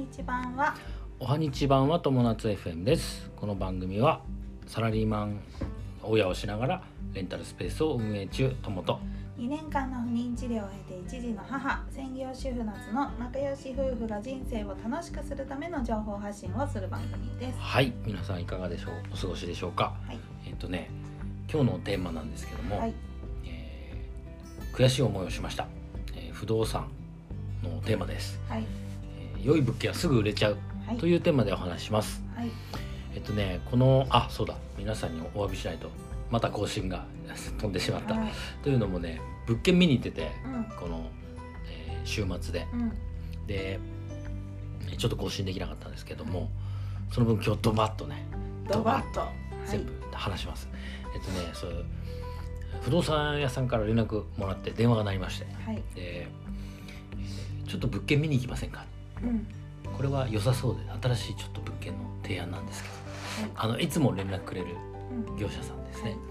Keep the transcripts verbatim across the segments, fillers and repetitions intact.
日版はおはにち版は友達 エフエム です。この番組はサラリーマン親をしながらレンタルスペースを運営中友とにねんかんの不妊治療を経て一児の母、専業主婦夏の仲良し夫婦が人生を楽しくするための情報発信をする番組です。 はい、皆さんいかがでしょう、お過ごしでしょうか。 はい、 えっとね今日のテーマなんですけども、 はい、 えー悔しい思いをしました、えー不動産のテーマです、 はい、 えー良い物件はすぐ売れちゃうはい、 というテーマでお話しします。 はい、 えっとねこのあそうだ皆さんにお詫びしないとまた更新が飛んでしまった、 はい、 というのもね物件見に行ってて、 うん、 この、えー週末でうん、 でちょっと更新できなかったんですけども、その分今日ドバッとねドバッと、 全部話します、えっとねそう不動産屋さんから連絡もらって電話が鳴りまして、 はい、 でちょっと物件見に行きませんか。 うん、 これは良さそうで新しいちょっと物件の提案なんですけど、 はい、 あのいつも連絡くれるうん、 業者さんですね、 はい、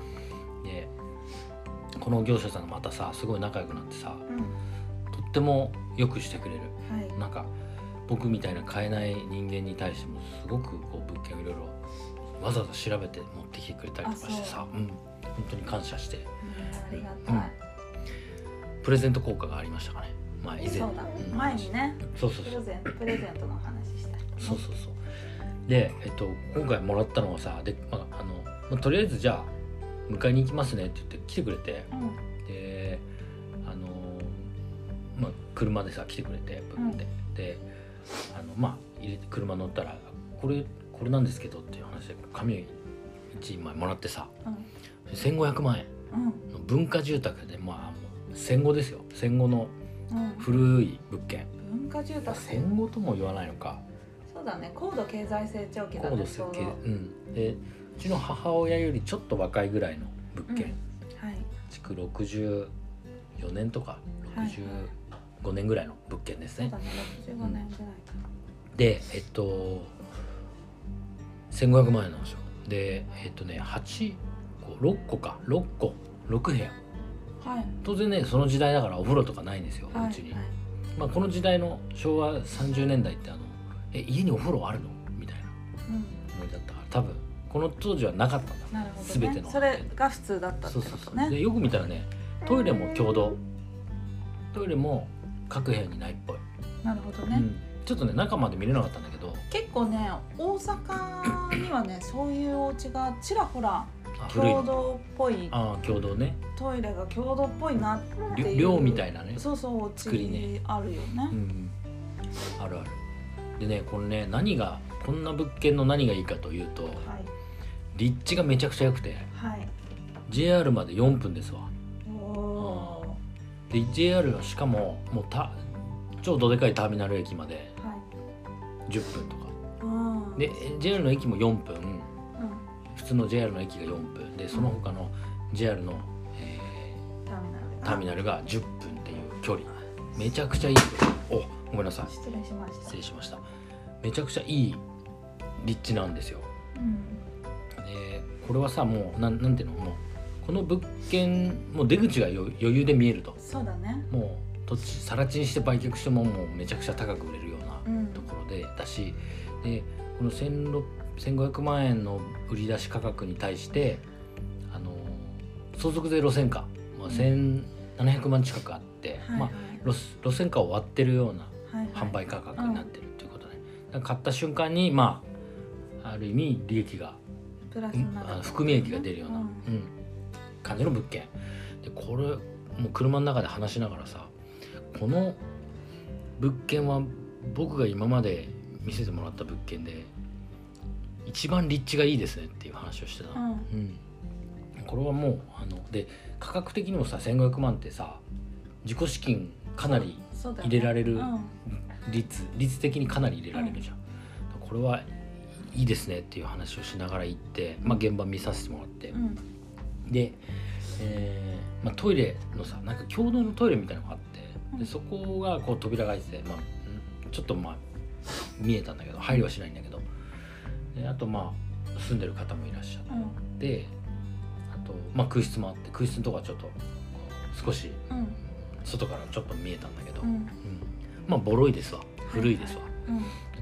でこの業者さんがまたさすごい仲良くなってさ、 うん、 とってもよくしてくれる、 はい、 なんか僕みたいな買えない人間に対してもすごくこう物件をいろいろわざわざ調べて持ってきてくれたりとかしてさ、うん、本当に感謝して、 うん、ありがたい、 うん、プレゼント効果がありましたかね、まあ以前そうだね、 うん前にねそうそうそうプレゼントプレゼントの話した、 そうそうそうで、えっと、今回もらったのはさで、まああのまあ、とりあえずじゃあ迎えに行きますねって言って来てくれて、 うん、 であのまあ車でさ来てくれてブンって、うん、であのまあ入れて車乗ったらこれこれなんですけどっていう話で紙いちまいもらってさ、うん、せんごひゃくまんえんの文化住宅で、まあもう戦後ですよ、戦後の古い物件、 うん、文化住宅戦後とも言わないのか、 そうだね、高度経済成長期だね。 高度成長期、うん、でうちの母親よりちょっと若いぐらいの物件、 うん、はい、 築ろくじゅうよねんとかろくじゅうごねんぐらいの物件ですね。 そうだね、ろくじゅうごねんぐらいかな、 うん、でえっとせんごひゃくまんえんなんですよ。でえっとねはちころっこかろっころくへや、 はい、 当然ねその時代だからお風呂とかないんですよ、 はい、 うちに、 はい、 まあ、この時代のしょうわさんじゅうねんだいってあのえ家にお風呂あるのみたいな思いだったから、多分この当時はなかったんだ、 なるほどね、 全てのそれが普通だったってことね。 そうそうそうでよく見たらねトイレも共同、トイレも各部屋にないっぽい。 なるほどね、 うん、ちょっとね中まで見れなかったんだけど、 結構ね大阪にはねそういうお家がちらほら共同っぽい、 ああ共同ね、 トイレが共同っぽいなっていう寮みたいなね、 そうそうお作りねあるよね、 うん、あるある。でねこれね何がこんな物件の何がいいかというと、 はい、 立地がめちゃくちゃ良くて、 はい、 ジェイアール までよんぷんですわ。 おーで ジェイアール はしかももうた超どでかいターミナル駅まではい、 じゅっぷんとか、 うん、 で ジェイアール の駅もよんぷん、 うん、 普通の ジェイアール の駅がよんぷんで、その他の ジェイアール の、えターミナルーターミナルがじゅっぷんっていう距離、めちゃくちゃいいですよ。おごめんなさい、 失礼しました。 失礼しました。めちゃくちゃいい立地なんですよ。 うん、 でこれはさもうなんなんていうの、もうこの物件もう出口が余裕で見えると、 そうだね、 もう土地更地にして売却してももうめちゃくちゃ高く売れるようなところで、うん、だしでこのせんごひゃくまんえんの売り出し価格に対してあの相続税路線価、まあ、せんななひゃくまん近くあって、 うん、 まあ、路, 路線価を割ってるようなはいはい、 販売価格になってるっていうことで、ね、だから買った瞬間にまあある意味利益がプラスになる、 含み益が出るような、うんうん、感じの物件で、これもう車の中で話しながらさ、この物件は僕が今まで見せてもらった物件で一番立地がいいですねっていう話をしてた、 うんうん、これはもうあので価格的にもさせんごひゃくまんってさ自己資金かなり入れられる率、ねうん、率的にかなり入れられるじゃん、うん、これはいいですねっていう話をしながら行って、まあ、現場見させてもらって、うん、で、えーまあ、トイレのさなんか共同のトイレみたいなのがあって、うん、でそこがこう扉が開いてて、まあ、ちょっとまあ見えたんだけど入りはしないんだけど、であとまあ住んでる方もいらっしゃって、うん、あと、まあ、空室もあって空室のとこはちょっと少し外からちょっと見えたんだけど、うんうん、まあボロいですわ、古いですわ、はいはい、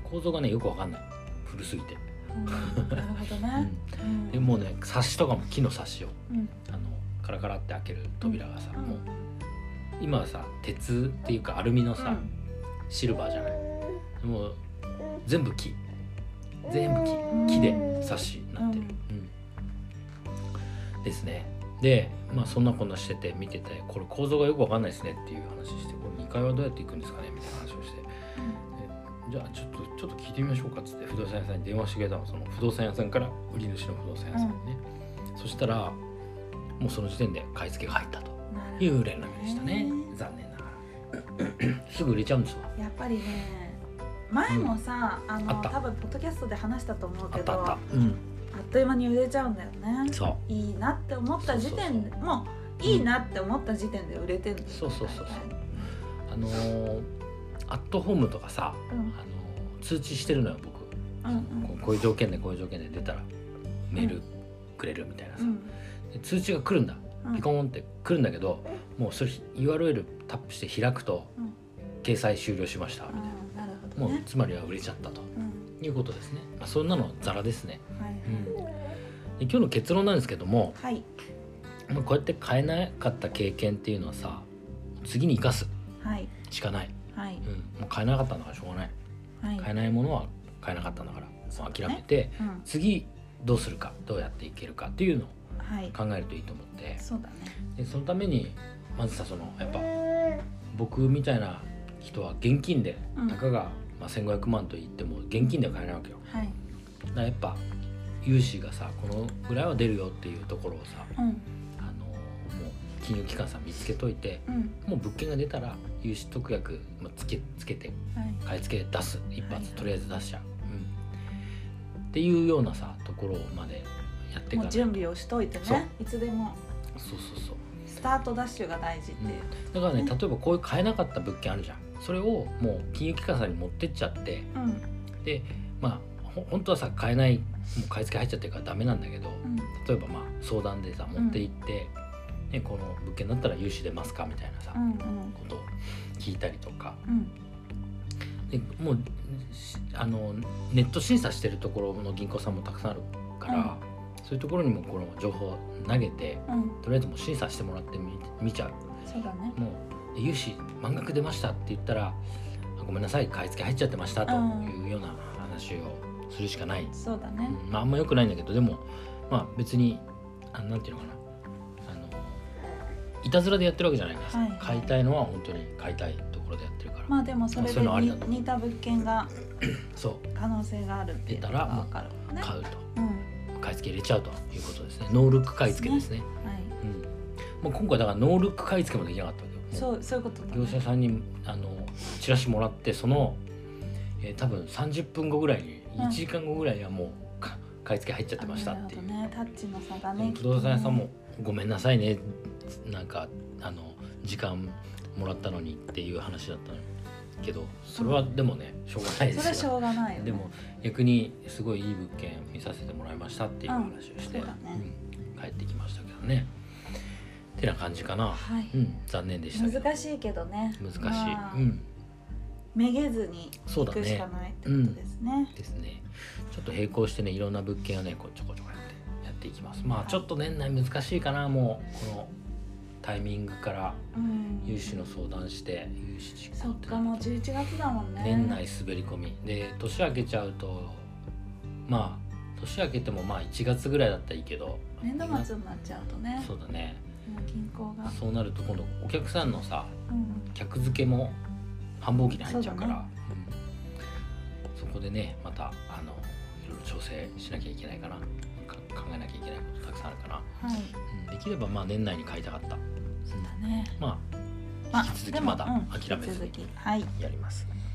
構造がねよくわかんない、古すぎて、 うん、なるほどね、 うん、でもうねサッシとかも木のサッシを、うん、あのカラカラって開ける扉がさ、うん、もう今はさ鉄っていうかアルミのさ、うん、シルバーじゃない、もう全部木全部木木でサッシになってる、うん、ですね。でまあそんなこんなしてて見てて、これ構造がよくわかんないですねっていう話して、これにかいはどうやって行くんですかねみたいな話をして、うん、じゃあちょっとちょっと聞いてみましょうかっつって不動産屋さんに電話してくれたの、その不動産屋さんから売り主の不動産屋さんにね、うん、そしたらもうその時点で買い付けが入ったという連絡でしたね。残念ながらすぐ売れちゃうんですわ。 やっぱりね前もさ、うん、あの多分ポッドキャストで話したと思うけど、あったあった、うん、あっという間に売れちゃうんだよね。 そういいなって思った時点でもういいなって思った時点で売れてるんだよ、ね、 そうそうそうそう、あのー、アットホームとかさ、うん、あのー、通知してるのよ僕、うんうん、こう、こういう条件でこういう条件で出たらメールくれるみたいなさ、うん、で通知が来るんだ、ピコーンって来るんだけど、もうそれ ユーアールエル タップして開くと、うん、掲載終了しましたみたいな、うん、なるほどね、もうつまりは売れちゃったと、うん、いうことですね。まあ、そんなのザラですね、はいはい、うん、で今日の結論なんですけども、はい、まあ、こうやって買えなかった経験っていうのはさ次に生かすしかない、はい、うん、もう買えなかったんだからしょうがない、はい、買えないものは買えなかったんだから、そう諦めて、うん、次どうするかどうやっていけるかっていうのを考えるといいと思って、はい、そうだね、でそのためにまずさ、そのやっぱ僕みたいな人は現金で、うん、たかが、まあ、せんごひゃくまんと言っても現金では買えないわけよ、はい、だからやっぱ融資がさこのぐらいは出るよっていうところをさ、うん、あのもう金融機関さん見つけといて、うん、もう物件が出たら融資特約、まあ、つけつけて、はい、買い付け出す一発、はい、とりあえず出しちゃう、うん、っていうようなさところまでやっていかないと、もう準備をしといてね、いつでもそうそうそう、 スタートダッシュが大事っていう、 うん、だからね、例えばこういう買えなかった物件あるじゃん、それをもう金融機関さんに持ってっちゃって、うん、でまあ本当はさ買えない、もう買い付け入っちゃってるからダメなんだけど、うん、例えばまあ相談でさ持って行って、うん、ね、この物件だったら融資出ますかみたいなさ、うんうん、ことを聞いたりとか、うん、でもうあのネット審査してるところの銀行さんもたくさんあるから、うん、そういうところにもこの情報を投げて、うん、とりあえずもう審査してもらって み, 見ちゃう。 そうだね、もう融資満額出ましたって言ったらごめんなさい買い付け入っちゃってましたというような話をするしかない。 そうだね、 うん、まあ、あんま良くないんだけど、でもまあ別にあなんていうのかな、あのいたずらでやってるわけじゃないからさ、はいはい、買いたいのは本当に買いたいところでやってるから、 まあでもそれで似た物件がそう可能性があるっていうのが分かる、 ね、買うと、うん、買い付け入れちゃうということですね。ノールック買い付けですね。はい、うん、まあ、今回だからノールック買い付けもできなかったわけよ。 そうそういうことだ、ね、 業者さんにあのチラシもらってその、えー、多分さんじゅっぷんごぐらいにいちじかんごぐらいにはもう買い付け入っちゃってましたっていう、 ね、タッチの差がね、 不動産屋さんもごめんなさいね、なんかあの時間もらったのにっていう話だったのけど、それはでもね、うん、しょうがないですよ。 それはしょうがないよね。 でも逆にすごいいい物件見させてもらいましたっていう話をして、うん、ね、うん、帰ってきましたけどねってな感じかな、はい、うん、残念でしたけど。 難しいけどね、 難しい、まあ、うん、 めげずに行くしかないってことですね。うん、 ですね。ちょっと並行してね、いろんな物件をねこうちょこちょこやってやっていきます。まあちょっと年内難しいかな、もうこのタイミングから融資の相談して融資実行って、 そっか、もうじゅういちがつだもんね。 年内滑り込みで年明けちゃうと、まあ年明けてもまあいちがつぐらいだったらいいけど、 年度末になっちゃうとね。そうだね。銀行がそうなると今度お客さんのさ、うん、客付けも繁忙期に入っちゃうから、 そ,、うん、そこでねまたあのいろいろ調整しなきゃいけないかな、か考えなきゃいけないことたくさんあるかな、はい、うん、できればまあ年内に買いたかった。 そうだね、 まあ引き続きまだ諦めずにやります、うん、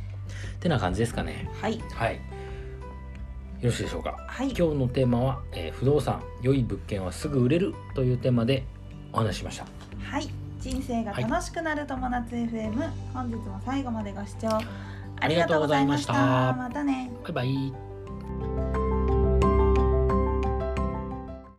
ってな感じですかね。 はい、 はい、よろしいでしょうか。 はい、 今日のテーマは、えー、不動産良い物件はすぐ売れるというテーマでお話ししました。 はい、人生が楽しくなる友達 エフエム、はい、本日も最後までご視聴ありがとうございました。またね。 バイバイ。